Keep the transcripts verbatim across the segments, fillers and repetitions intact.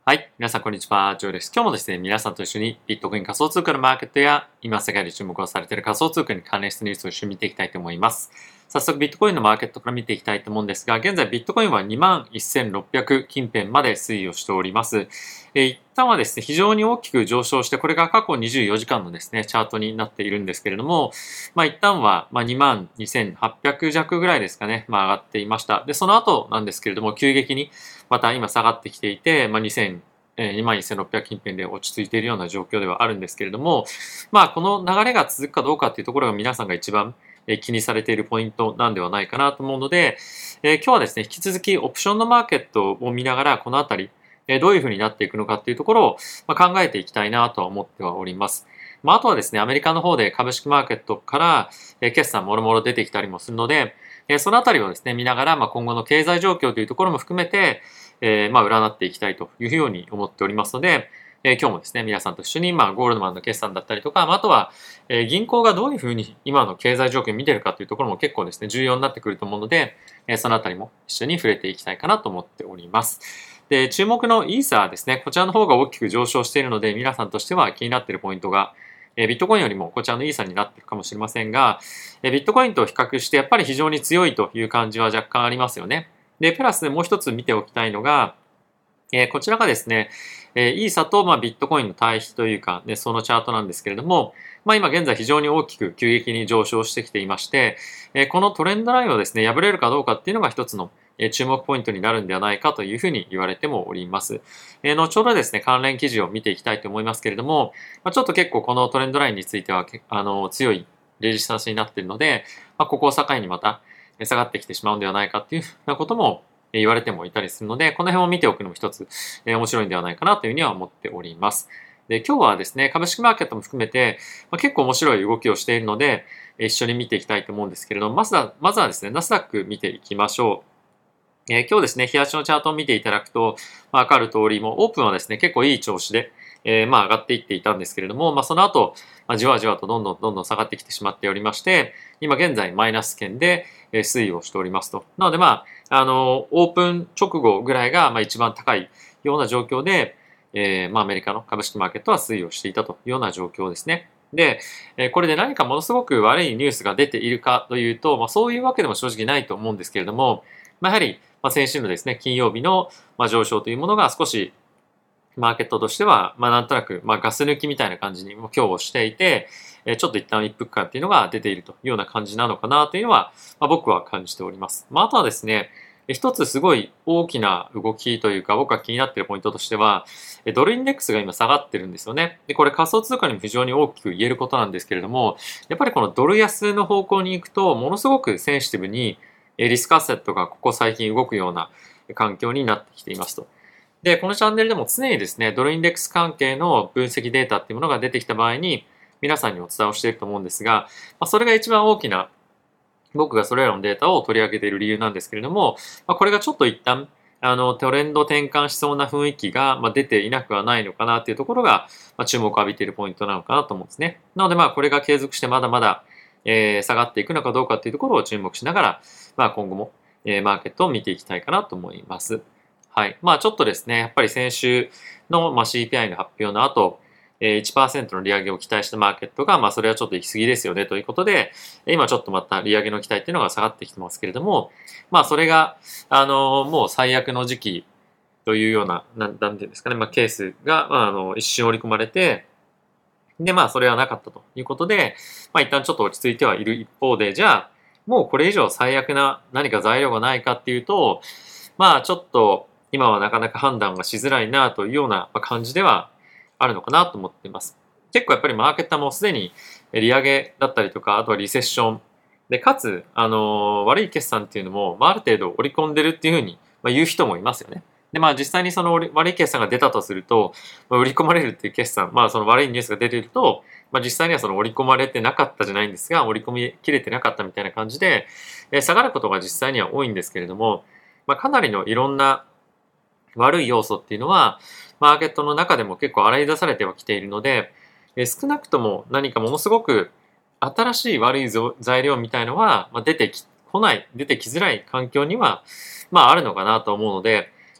はい。皆さん、こんにちは。ジョーです。今日もですね、皆さんと一緒にビットコイン仮想通貨のマーケットや、今世界で注目をされている仮想通貨に関連したニュースを一緒に見ていきたいと思います。早速、ビットコインのマーケットから見ていきたいと思うんですが、現在ビットコインはにまんせんろっぴゃく近辺まで推移をしております。えー、一旦はですね、非常に大きく上昇して、これが過去にじゅうよじかんのですね、チャートになっているんですけれども、まあ一旦はまあにまんにせんはっぴゃく弱ぐらいですかね、まあ上がっていました。で、その後なんですけれども、急激にまた今下がってきていて、まあにせんにまんせんろっぴゃく近辺で落ち着いているような状況ではあるんですけれども、まあ、この流れが続くかどうかっていうところが皆さんが一番気にされているポイントなんではないかなと思うので、えー、今日はですね、引き続きオプションのマーケットを見ながら、このあたり、えー、どういうふうになっていくのかっていうところを、まあ、考えていきたいなとは思ってはおります。まあ、あとはですね、アメリカの方で株式マーケットから、えー、決算もろもろ出てきたりもするので、えー、そのあたりをですね、見ながら、まあ、今後の経済状況というところも含めて、えー、まあ、占っていきたいというように思っておりますので、えー、今日もですね、皆さんと一緒に、まあ、ゴールドマンの決算だったりとか、まあ、あとは、えー、銀行がどういうふうに今の経済状況を見ているかというところも結構ですね、重要になってくると思うので、えー、そのあたりも一緒に触れていきたいかなと思っております。で、注目のイーサーですね、こちらの方が大きく上昇しているので、皆さんとしては気になっているポイントが、えー、ビットコインよりもこちらのイーサーになっているかもしれませんが、えー、ビットコインと比較してやっぱり非常に強いという感じは若干ありますよね。で、プラスもう一つ見ておきたいのが、えー、こちらがですね、えー、イーサと、まあ、ビットコインの対比というか、ね、そのチャートなんですけれども、まあ、今現在非常に大きく急激に上昇してきていまして、えー、このトレンドラインをですね、破れるかどうかっていうのが一つの注目ポイントになるんではないかというふうに言われてもおります。えー、後ほどですね、関連記事を見ていきたいと思いますけれども、まあ、ちょっと結構このトレンドラインについては、あの、強いレジスタンスになっているので、まあ、ここを境にまた下がってきてしまうんではないかっていうふうなことも言われてもいたりするので、この辺を見ておくのも一つ、えー、面白いんではないかなというふうには思っております。で、今日はですね、株式マーケットも含めて、まあ、結構面白い動きをしているので、一緒に見ていきたいと思うんですけれども、まずは、まずはですね、ナスダック見ていきましょう。えー、今日ですね、日足のチャートを見ていただくと、まあ、わかる通り、もうオープンはですね、結構いい調子で、えー、まあ上がっていっていたんですけれども、まあその後、まあ、じわじわとどんどんどんどん下がってきてしまっておりまして、今現在マイナス圏で推移をしておりますと。なのでまあ、あの、オープン直後ぐらいがまあ一番高いような状況で、えー、まあアメリカの株式マーケットは推移をしていたというような状況ですね。で、これで何かものすごく悪いニュースが出ているかというと、まあそういうわけでも正直ないと思うんですけれども、まあ、やはり、まあ、先週のですね、金曜日の上昇というものが少しマーケットとしては、まあなんとなく、まあガス抜きみたいな感じにも今日していて、ちょっと一旦一服感っていうのが出ているというような感じなのかなというのは、まあ、僕は感じております。まああとはですね、一つすごい大きな動きというか、僕が気になっているポイントとしては、ドルインデックスが今下がってるんですよね。で、これ仮想通貨にも非常に大きく言えることなんですけれども、やっぱりこのドル安の方向に行くと、ものすごくセンシティブにリスクアセットがここ最近動くような環境になってきていますと。で、このチャンネルでも常にですね、ドルインデックス関係の分析データっていうものが出てきた場合に、皆さんにお伝えをしていると思うんですが、まあ、それが一番大きな、僕がそれらのデータを取り上げている理由なんですけれども、まあ、これがちょっと一旦、あの、トレンド転換しそうな雰囲気が、まあ、出ていなくはないのかなっていうところが、まあ、注目を浴びているポイントなのかなと思うんですね。なので、まあ、これが継続してまだまだ、えー、下がっていくのかどうかっていうところを注目しながら、まあ、今後も、えー、マーケットを見ていきたいかなと思います。はい。まあちょっとですね、やっぱり先週の、まあ、シーピーアイ の発表の後、いちパーセントの利上げを期待したマーケットが、まあそれはちょっと行き過ぎですよねということで、今ちょっとまた利上げの期待っていうのが下がってきてますけれども、まあそれが、あの、もう最悪の時期というような、なん、なんていうんですかね、まあケースが、まあ、あの、一瞬織り込まれて、で、まあそれはなかったということで、まあ一旦ちょっと落ち着いてはいる一方で、じゃあ、もうこれ以上最悪な何か材料がないかっていうと、まあちょっと、今はなかなか判断がしづらいなというような感じではあるのかなと思っています。結構やっぱりマーケットもすでに利上げだったりとか、あとはリセッションで、かつ、あの、悪い決算っていうのも、まあ、ある程度織り込んでるっていうふうに言う人もいますよね。で、まあ実際にその悪い決算が出たとすると、まあ、売り込まれるっていう決算、まあその悪いニュースが出ていると、まあ実際にはその織り込まれてなかったじゃないんですが、織り込みきれてなかったみたいな感じで、え下がることが実際には多いんですけれども、まあかなりのいろんな悪い要素っていうのは、マーケットの中でも結構洗い出されてはきているので、え少なくとも何かものすごく新しい悪い材料みたいのは出てき、来ない、出てきづらい環境には、まああるのかなと思うので、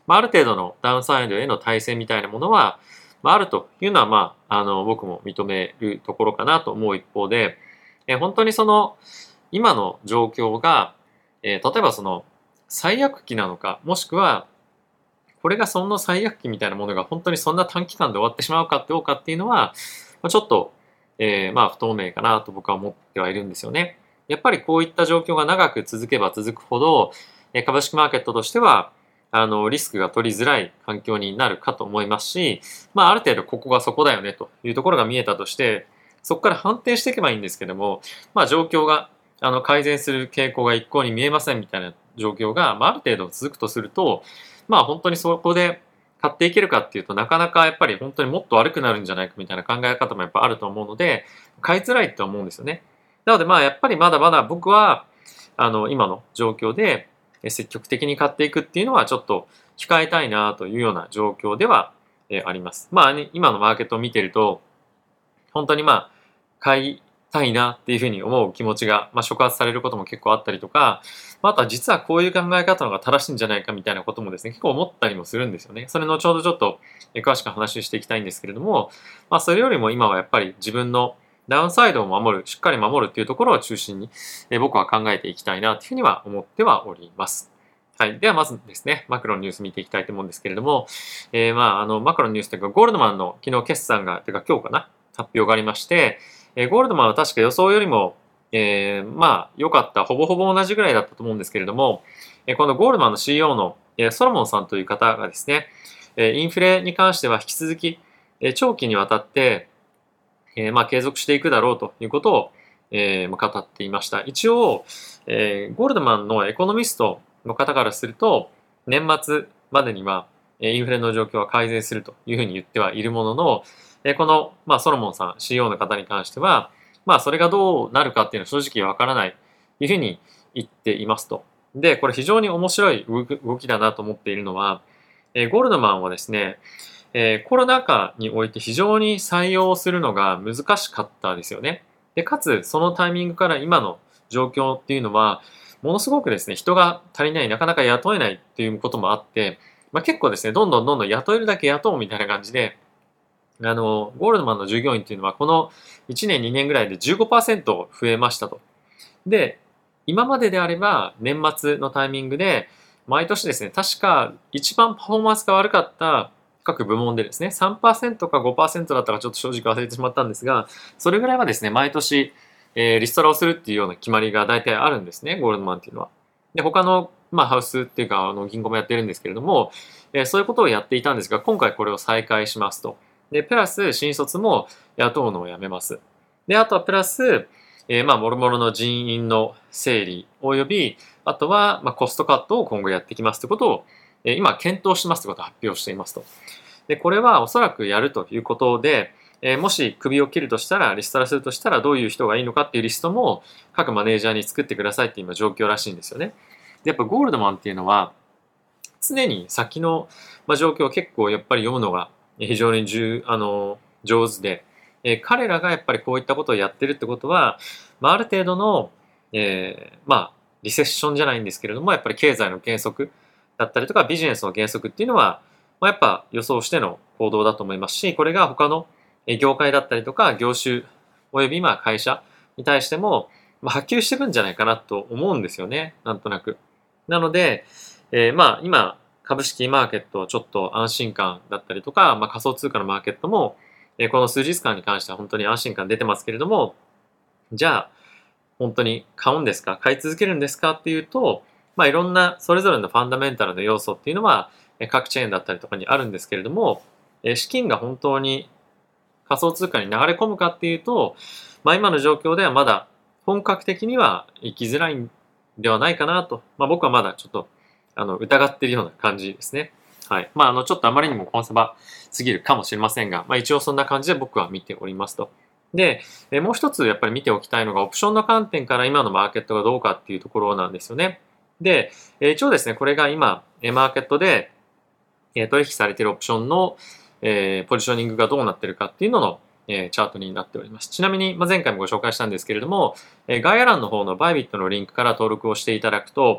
まあ、ある程度のダウンサイドへの耐性みたいなものは、まあ、あるというのは、まあ、あの、僕も認めるところかなと思う一方で、え本当にその、今の状況が、えー例えばその、最悪期なのか、もしくは、これがその最悪期みたいなものが本当にそんな短期間で終わってしまうかどうかっていうのは、まあ、ちょっと、えーまあ不透明かなと僕は思ってはいるんですよね。やっぱりこういった状況が長く続けば続くほど、えー株式マーケットとしては、あの、リスクが取りづらい環境になるかと思いますし、まあある程度ここがそこだよねというところが見えたとして、そこから反転していけばいいんですけども、まあ状況があの改善する傾向が一向に見えませんみたいな状況が、まあ、ある程度続くとすると、まあ本当にそこで買っていけるかっていうとなかなかやっぱり本当にもっと悪くなるんじゃないかみたいな考え方もやっぱあると思うので、買いづらいと思うんですよね。なのでまあやっぱりまだまだ僕はあの今の状況で積極的に買っていくっていうのはちょっと控えたいなというような状況ではあります。まあ、ね、今のマーケットを見てると本当にまあ買いたいなっていうふうに思う気持ちが、まあ、触発されることも結構あったりとか、まあ、あとは実はこういう考え方の方が正しいんじゃないかみたいなこともですね、結構思ったりもするんですよね。それのちょうどちょっと詳しく話していきたいんですけれども、まあ、それよりも今はやっぱり自分のダウンサイドを守る、しっかり守るっていうところを中心に、え僕は考えていきたいなというふうには思ってはおります。はい。ではまずですね、マクロのニュース見ていきたいと思うんですけれども、えー、まあ、あの、マクロのニュースというか、ゴールドマンの昨日決算が、というか今日かな、発表がありまして、えー、ゴールドマンは確か予想よりも、えー、まあ、良かった、ほぼほぼ同じぐらいだったと思うんですけれども、えー、このゴールドマンの シーイーオー の、えー、ソロモンさんという方がですね、えー、インフレに関しては引き続き、えー、長期にわたって、えー、まあ、継続していくだろうということを、えー、語っていました。一応、えー、ゴールドマンのエコノミストの方からすると、年末までにはインフレの状況は改善するというふうに言ってはいるものの、この、まあ、ソロモンさん、シーイーオー の方に関しては、まあ、それがどうなるかっていうのは正直わからないというふうに言っていますと。で、これ非常に面白い動きだなと思っているのは、ゴールドマンはですね、コロナ禍において非常に採用するのが難しかったですよね。で、かつ、そのタイミングから今の状況っていうのは、ものすごくですね、人が足りない、なかなか雇えないっていうこともあって、まあ、結構ですね、どんどんどんどん雇えるだけ雇おうみたいな感じで、あの、ゴールドマンの従業員っていうのは、このいちねん、にねんぐらいで じゅうごパーセント 増えましたと。で、今までであれば、年末のタイミングで、毎年ですね、確か一番パフォーマンスが悪かった各部門でですね、さんパーセントか ごパーセント だったかちょっと正直忘れてしまったんですが、それぐらいはですね、毎年、えー、リストラをするっていうような決まりが大体あるんですね、ゴールドマンっていうのは。で、他の、まあ、ハウスっていうか、あの、銀行もやってるんですけれども、えー、そういうことをやっていたんですが、今回これを再開しますと。で、プラス、新卒も雇うのをやめます。で、あとはプラス、えー、まあ、もろもろの人員の整理、および、あとは、まあ、コストカットを今後やっていきますということを、えー、今、検討してますということを発表していますと。で、これはおそらくやるということで、えー、もし首を切るとしたら、リストラするとしたらどういう人がいいのかっていうリストも各マネージャーに作ってくださいって今状況らしいんですよね。で、やっぱゴールドマンっていうのは、常に先の状況を結構やっぱり読むのが非常に重あの上手で、えー、彼らがやっぱりこういったことをやってるってことは、まあ、ある程度の、えー、まあ、リセッションじゃないんですけれども、やっぱり経済の減速だったりとかビジネスの減速っていうのは、まあ、やっぱ予想しての行動だと思いますし、これが他の業界だったりとか業種およびまあ会社に対しても波及していくんじゃないかなと思うんですよね、なんとなく。なので、えー、まあ今株式マーケットちょっと安心感だったりとか、まあ、仮想通貨のマーケットも、えー、この数日間に関しては本当に安心感出てますけれども、じゃあ本当に買うんですか、買い続けるんですかっていうと、まあいろんなそれぞれのファンダメンタルの要素っていうのは各チェーンだったりとかにあるんですけれども、資金が本当に仮想通貨に流れ込むかっていうと、まあ今の状況ではまだ本格的には行きづらいんではないかなと、まあ僕はまだちょっとあの疑っているような感じですね。はい。まああのちょっとあまりにもコンサバすぎるかもしれませんが、まあ一応そんな感じで僕は見ておりますと。で、もう一つやっぱり見ておきたいのがオプションの観点から今のマーケットがどうかっていうところなんですよね。で、一応ですね、これが今マーケットで取引されているオプションのポジショニングがどうなっているかっていうののチャートになっております。ちなみに前回もご紹介したんですけれども、概要欄の方のバイビットのリンクから登録をしていただくと、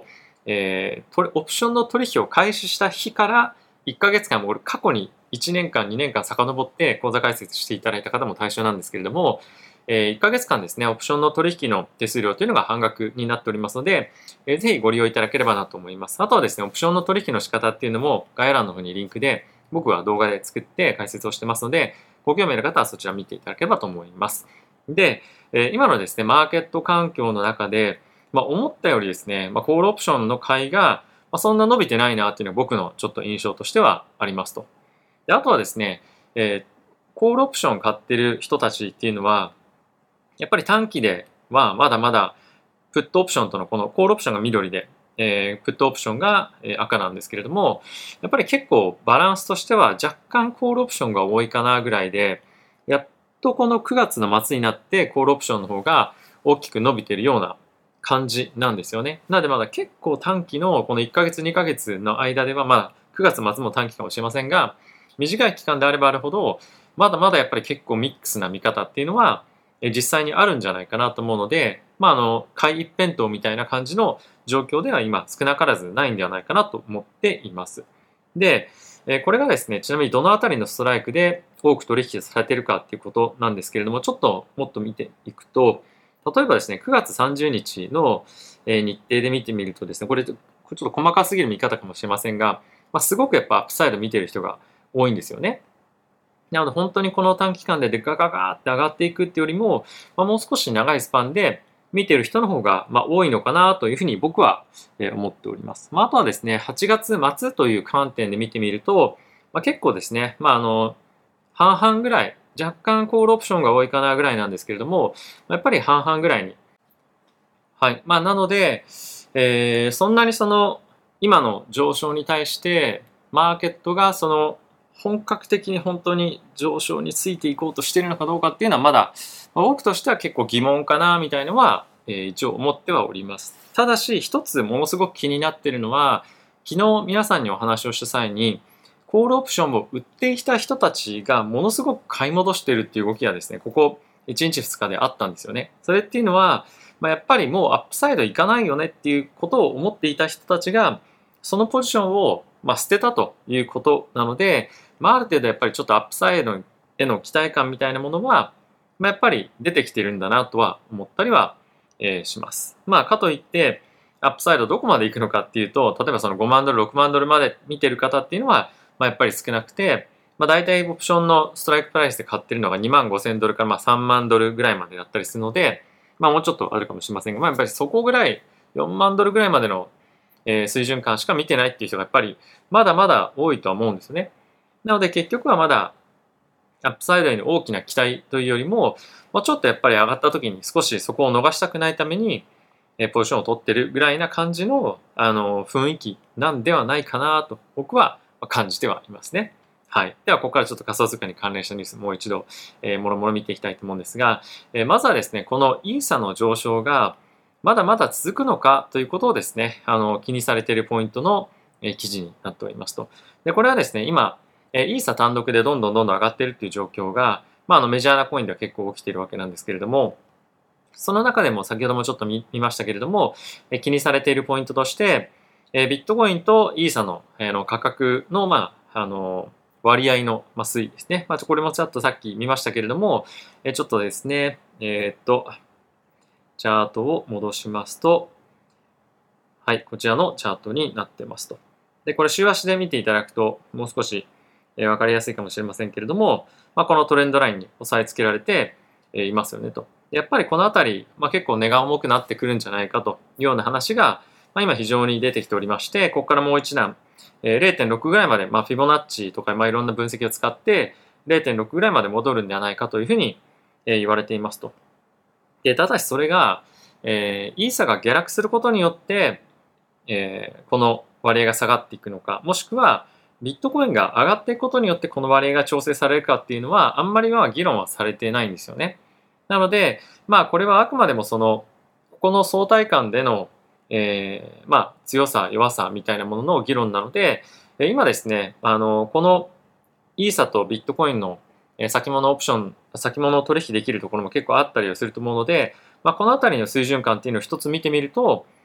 えー、トオプションの取引を開始した日からいっかげつかんも俺過去にいちねんかんにねんかん遡って口座開設していただいた方も対象なんですけれども、えー、いっかげつかんですね、オプションの取引の手数料というのが半額になっておりますので、えー、ぜひご利用いただければなと思います。あとはですね、オプションの取引の仕方っていうのも概要欄の方にリンクで僕は動画で作って解説をしてますので、ご興味ある方はそちら見ていただければと思います。で、えー、今のですね、マーケット環境の中で、まあ、思ったよりですね、まあ、コールオプションの買いが、まあ、そんな伸びてないなっていうのが僕のちょっと印象としてはありますと。であとはですね、えー、コールオプション買ってる人たちっていうのは、やっぱり短期ではまだまだプットオプションとのこのコールオプションが緑で、えー、プットオプションが赤なんですけれども、やっぱり結構バランスとしては若干コールオプションが多いかなぐらいで、やっとこのくがつの末になってコールオプションの方が大きく伸びているような感じなんですよね。なのでまだ結構短期のこのいっかげつにかげつの間ではまだくがつ末も短期かもしれませんが、短い期間であればあるほどまだまだやっぱり結構ミックスな見方っていうのは実際にあるんじゃないかなと思うので、まあ、あの買い一辺倒みたいな感じの状況では今少なからずないんではないかなと思っています。で、これがですね、ちなみにどのあたりのストライクで多く取引されているかっていうことなんですけれども、ちょっともっと見ていくと、例えばですね、くがつさんじゅうにちの日程で見てみるとですね、これちょっと細かすぎる見方かもしれませんが、まあ、すごくやっぱアップサイド見てる人が多いんですよね。なので本当にこの短期間でガガガーって上がっていくっていうよりも、まあ、もう少し長いスパンで見てる人の方がまあ多いのかなというふうに僕は思っております。まあ、あとはですね、はちがつ末という観点で見てみると、まあ、結構ですね、まあ、あの半々ぐらい、若干コールオプションが多いかなぐらいなんですけれども、やっぱり半々ぐらいに。はい。まあ、なので、えー、そんなにその今の上昇に対してマーケットがその本格的に本当に上昇についていこうとしているのかどうかっていうのはまだ僕としては結構疑問かなみたいのは、えー、一応思ってはおります。ただし一つものすごく気になっているのは、昨日皆さんにお話をした際にコールオプションを売っていた人たちがものすごく買い戻しているっていう動きがですね、ここいちにちふつかであったんですよね。それっていうのは、まあ、やっぱりもうアップサイドいかないよねっていうことを思っていた人たちがそのポジションをまあ捨てたということなので、まあ、ある程度やっぱりちょっとアップサイドへの期待感みたいなものは、まあ、やっぱり出てきてるんだなとは思ったりは、えー、します。まあかといってアップサイドどこまで行くのかっていうと、例えばそのごまんドルろくまんドルまで見てる方っていうのは、まあ、やっぱり少なくて、まあ、大体オプションのストライクプライスで買ってるのがにまんごせんドルからまあさんまんドルぐらいまでだったりするので、まあもうちょっとあるかもしれませんが、まあ、やっぱりそこぐらいよんまんドルぐらいまでの水準感しか見てないっていう人がやっぱりまだまだ多いとは思うんですよね。なので結局はまだアップサイドへの大きな期待というよりも、もうちょっとやっぱり上がった時に少しそこを逃したくないためにポジションを取ってるぐらいな感じの、あの雰囲気なんではないかなと僕は感じてはいますね。はい。では、ここからちょっと仮想通貨に関連したニュースもう一度、えー、もろもろ見ていきたいと思うんですが、えー、まずはですね、このイーサの上昇がまだまだ続くのかということをですね、あの気にされているポイントの、えー、記事になっておりますと。で、これはですね、今、えー、イーサ単独でどんどんどんどん上がっているという状況が、まあ、あのメジャーなコインでは結構起きているわけなんですけれども、その中でも先ほどもちょっと 見, 見ましたけれども、えー、気にされているポイントとして、えー、ビットコインとイーサの、えー、の価格の、まあ、あの割合の推移ですね。まあ、これもちょっとさっき見ましたけれども、えー、ちょっとですね、えー、っと、チャートを戻しますと、はい、こちらのチャートになってますと。で、これ週足で見ていただくと、もう少し分かりやすいかもしれませんけれども、まあ、このトレンドラインに押さえつけられていますよねと。やっぱりこのあたり、まあ、結構値が重くなってくるんじゃないかというような話が、まあ、今非常に出てきておりまして、ここからもう一段、れいてんろくぐらいまで、まあ、フィボナッチとか、まあ、いろんな分析を使って、れいてんろくぐらいまで戻るんではないかというふうに言われていますと。で、ただしそれが、えー、イーサが下落することによって、えー、この割合が下がっていくのか、もしくはビットコインが上がっていくことによってこの割合が調整されるかっていうのは、あんまりは議論はされていないんですよね。なので、まあこれはあくまでもその、ここの相対感での、えー、まあ強さ、弱さみたいなものの議論なので、今ですね、あの、このイーサとビットコインの先物オプション、先物を取引できるところも結構あったりはすると思うので、まあ、このあたりの水準感っていうのを一つ見てみると、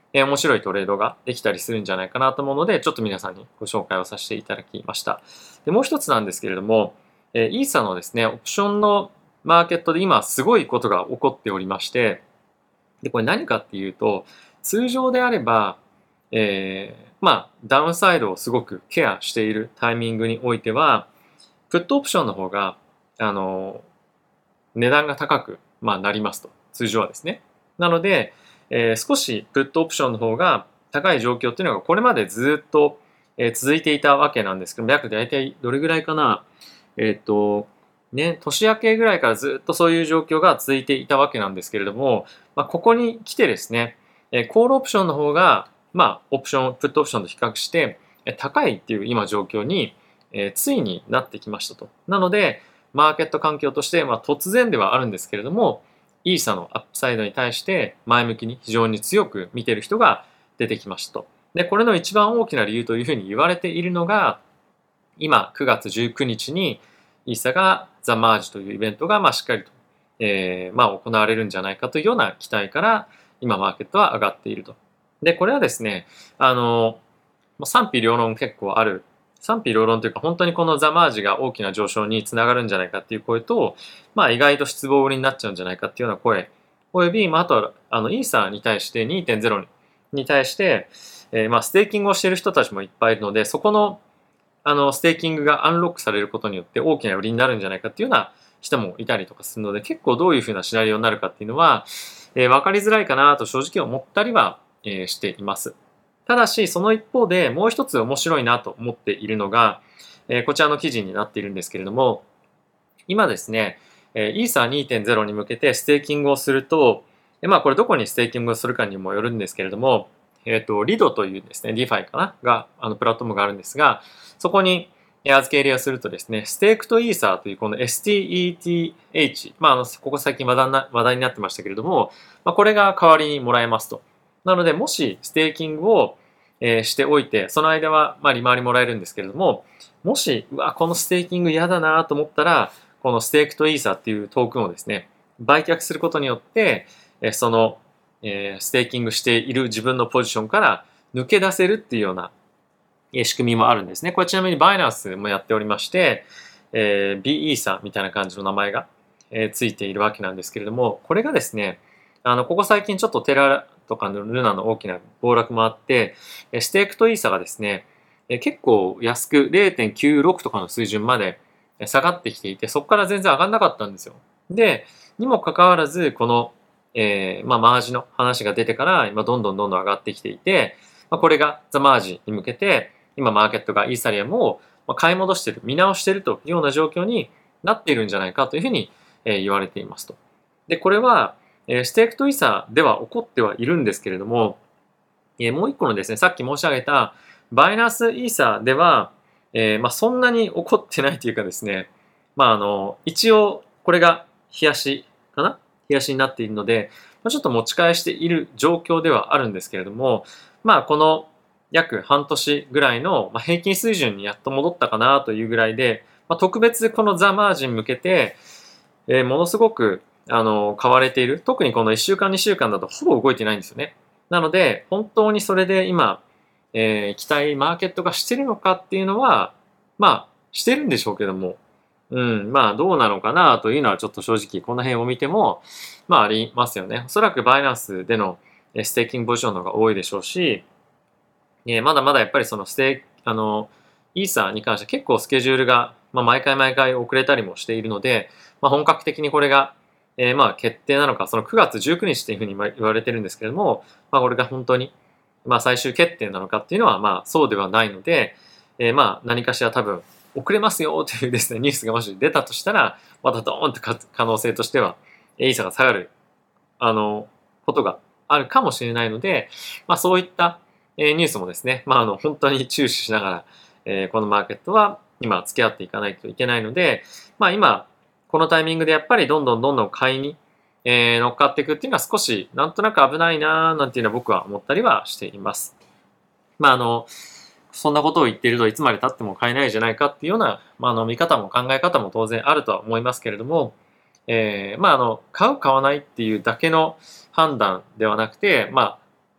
えー面白いトレードができたりするんじゃないかなと思うので、ちょっと皆さんにご紹介をさせていただきました。で、もう一つなんですけれども、えーイーサのですね、オプションのマーケットで今すごいことが起こっておりまして、で、これ何かっていうと、通常であれば、えーまあ、ダウンサイドをすごくケアしているタイミングにおいては、プットオプションの方が、あの、値段が高く、まあ、なりますと。通常はですね。なので、えー少しプットオプションの方が高い状況っていうのがこれまでずっと、えー続いていたわけなんですけども、約大体どれぐらいかな。えっと、ね、年明けぐらいからずっとそういう状況が続いていたわけなんですけれども、まあ、ここに来てですね、えーコールオプションの方が、まあ、オプション、プットオプションと比較して、えー高いっていう今状況に、えーついになってきましたと。なので、マーケット環境として、まあ、突然ではあるんですけれども、イーサのアップサイドに対して前向きに非常に強く見ている人が出てきましたと。で、これの一番大きな理由というふうに言われているのが、今くがつじゅうくにちにイーサがザ・マージというイベントがまあしっかりと、えーまあ、行われるんじゃないかというような期待から今マーケットは上がっていると。で、これはですね、あの、賛否両論結構ある。賛否両論というか本当にこのザ・マージが大きな上昇につながるんじゃないかっていう声と、まあ意外と失望売りになっちゃうんじゃないかっていうような声、および、まあ、あとはあのイーサに対して にてんゼロ に対して、えーまあステーキングをしている人たちもいっぱいいるので、そこのあのステーキングがアンロックされることによって大きな売りになるんじゃないかっていうような人もいたりとかするので、結構どういうふうなシナリオになるかっていうのは、えー、分かりづらいかなと正直思ったりは、えーしています。ただし、その一方でもう一つ面白いなと思っているのが、えーこちらの記事になっているんですけれども、今ですね、えーイーサ にてんゼロ に向けてステーキングをすると、えーまあこれどこにステーキングをするかにもよるんですけれども、えっ、と、リドというですね、DeFi かなが、あの、プラットフォームがあるんですが、そこに預け入れをするとですね、ステークとイーサーというこの エスティーイーティーエイチ、まあ、あの、ここ最近話題な話題になってましたけれども、まあ、これが代わりにもらえますと。なので、もしステーキングを、えーしておいて、その間は、まあ、利回りもらえるんですけれども、もし、うわ、このステーキング嫌だなと思ったら、このステークとイーサーっていうトークンをですね、売却することによって、えその、えーステーキングしている自分のポジションから抜け出せるっていうようなえー仕組みもあるんですね。これちなみにバイナンスもやっておりまして、えー、ビーイーサーみたいな感じの名前が、えーついているわけなんですけれども、これがですね、あの、ここ最近ちょっとテラとかのルナの大きな暴落もあって、えーステークとイーサがですね、えー結構安く ゼロてんきゅうろく とかの水準までえー下がってきていて、そこから全然上がんなかったんですよ。で、にもかかわらず、この、えーまあ、マージの話が出てから、今どんどんどんどん上がってきていて、まあ、これがザ・マージに向けて、今マーケットがイーサリアムを買い戻している、見直しているというような状況になっているんじゃないかというふうに言われていますと。で、これはステークとイーサでは起こってはいるんですけれども、もう一個のですね、さっき申し上げたバイナンスイーサでは、えーまあ、そんなに起こってないというかですね、まあ、あの一応これが冷やしかな冷やしになっているので、まあ、ちょっと持ち返している状況ではあるんですけれども、まあこの約半年ぐらいの平均水準にやっと戻ったかなというぐらいで、まあ、特別このザ・マージン向けて、えーものすごくあの買われている。特にこのいっしゅうかんにしゅうかんだとほぼ動いてないんですよね。なので本当にそれで今、えー期待マーケットがしてるのかっていうのはまあしてるんでしょうけども、うん、まあどうなのかなというのはちょっと正直この辺を見てもまあありますよね。おそらくバイナンスでのえーステーキングポジションの方が多いでしょうし、えーまだまだやっぱりそのステあのイーサーに関しては結構スケジュールが、まあ、毎回毎回遅れたりもしているので、まあ、本格的にこれが、えーまあ決定なのか、そのくがつじゅうくにちっていうふうに言われてるんですけれども、まあ、これが本当に、まあ、最終決定なのかっていうのはまあそうではないので、えーまあ何かしら多分遅れますよというですねニュースがもし出たとしたら、またドーンと可能性としてはイーサが下がるあのことがあるかもしれないので、まあ、そういったニュースもですね、まあ、あの本当に注視しながら、えーこのマーケットは今付き合っていかないといけないので、まあ、今このタイミングでやっぱりどんどんどんどん買いに、えー乗っかっていくっていうのは少しなんとなく危ないなーなんていうのは僕は思ったりはしています。まああのそんなことを言っているといつまで経っても買えないじゃないかっていうような、まあ、あの見方も考え方も当然あるとは思いますけれども、えーまあ、あの買う買わないっていうだけの判断ではなくて、まあ、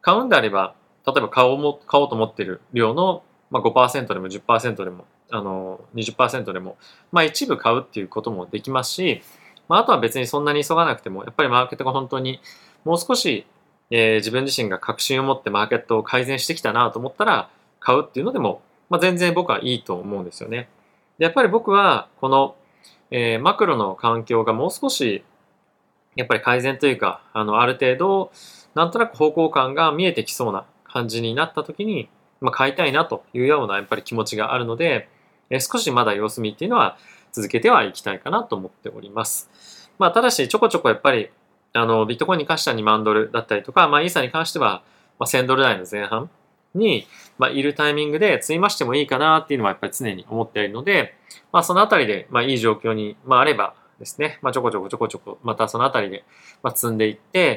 買うんであれば、例えば買おうも、買おうと思っている量の、まあ、ごパーセントでもじゅっパーセントでも、あの、にじゅっパーセントでも、まあ一部買うっていうこともできますし、まああとは別にそんなに急がなくても、やっぱりマーケットが本当にもう少し、えー自分自身が確信を持ってマーケットを改善してきたなと思ったら、買うっていうのでも、まあ全然僕はいいと思うんですよね。で、やっぱり僕は、この、えーマクロの環境がもう少し、やっぱり改善というか、あの、ある程度、なんとなく方向感が見えてきそうな感じになった時に、まあ、買いたいなというようなやっぱり気持ちがあるので、えー少しまだ様子見っていうのは続けてはいきたいかなと思っております。まあ、ただし、ちょこちょこやっぱり、あの、ビットコインに関してはにまんドルだったりとか、まあ、イーサに関しては、まあ、せんドル台の前半に、まあ、いるタイミングで積み増してもいいかなっていうのはやっぱり常に思っているので、まあ、そのあたりで、まあ、いい状況に、まあ、あればですね、まあ、ちょこちょこちょこちょこ、またそのあたりで、まあ、積んでいって、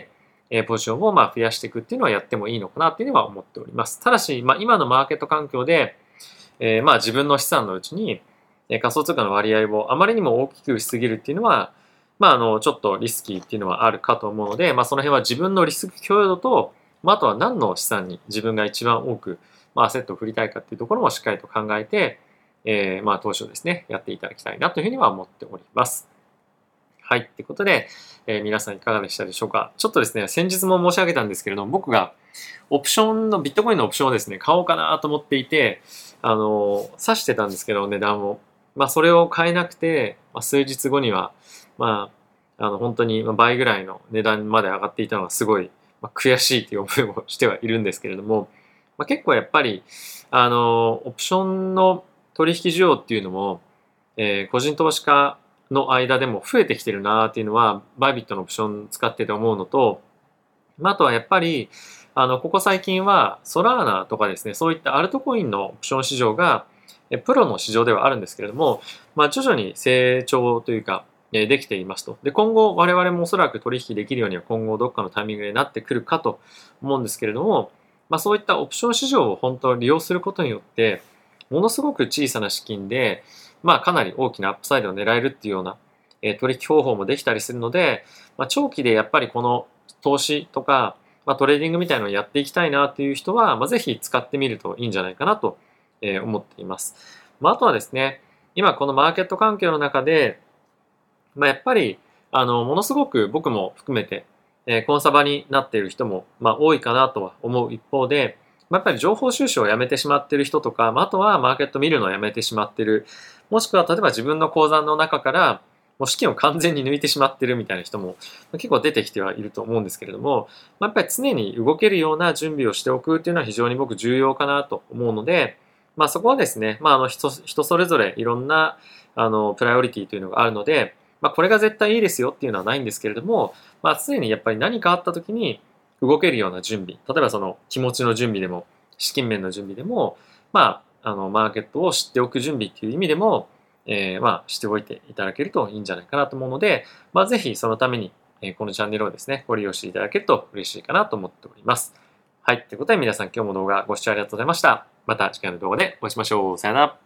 えーポジションをまあ増やしていくっていうのはやってもいいのかなっていうのは思っております。ただし、まあ、今のマーケット環境で、えーまあ自分の資産のうちに、えー仮想通貨の割合をあまりにも大きくしすぎるっていうのは、まあ、あの、ちょっとリスキーっていうのはあるかと思うので、まあ、その辺は自分のリスク許容度と、まあ、あとは何の資産に自分が一番多く、まあ、アセットを振りたいかっていうところもしっかりと考えて、えーまあ、投資をですね、やっていただきたいなというふうには思っております。はい。ってことで、えー皆さんいかがでしたでしょうか。ちょっとですね、先日も申し上げたんですけれども、僕がオプションの、ビットコインのオプションをですね、買おうかなと思っていて、あの、指してたんですけど、値段を。まあ、それを買えなくて、まあ、数日後には、まあ、あの、本当に倍ぐらいの値段まで上がっていたのがすごい、まあ、悔しいという思いをしてはいるんですけれども、まあ、結構やっぱり、あの、オプションの取引需要っていうのも、えー個人投資家の間でも増えてきてるなっていうのは、バイビットのオプション使ってて思うのと、まああとはやっぱり、あの、ここ最近はソラーナとかですね、そういったアルトコインのオプション市場が、えプロの市場ではあるんですけれども、まあ徐々に成長というか、えできていますと。で、今後我々もおそらく取引できるようには今後どっかのタイミングでなってくるかと思うんですけれども、まあそういったオプション市場を本当利用することによって、ものすごく小さな資金で、まあかなり大きなアップサイドを狙えるっていうような、えー取引方法もできたりするので、まあ、長期でやっぱりこの投資とか、まあ、トレーディングみたいなのをやっていきたいなっていう人は、まあ、ぜひ使ってみるといいんじゃないかなとえー思っています。まあ、あとはですね、今このマーケット環境の中で、まあ、やっぱり、あの、ものすごく僕も含めて、えーコンサバになっている人も、まあ、多いかなとは思う一方で、まあ、やっぱり情報収集をやめてしまっている人とか、まあ、あとはマーケット見るのをやめてしまっている、もしくは例えば自分の口座の中から、もう資金を完全に抜いてしまっているみたいな人も結構出てきてはいると思うんですけれども、まあ、やっぱり常に動けるような準備をしておくっていうのは非常に僕重要かなと思うので、まあ、そこはですね、まあ、あの人人それぞれいろんなあのプライオリティというのがあるので、まあ、これが絶対いいですよっていうのはないんですけれども、まあ、常にやっぱり何かあった時に動けるような準備、例えばその気持ちの準備でも、資金面の準備でも、まあ、あの、マーケットを知っておく準備っていう意味でも、えーまあ、しておいていただけるといいんじゃないかなと思うので、まあ、ぜひそのために、えーこのチャンネルをですね、ご利用していただけると嬉しいかなと思っております。はい。ということで皆さん今日も動画ご視聴ありがとうございました。また次回の動画でお会いしましょう。さよなら。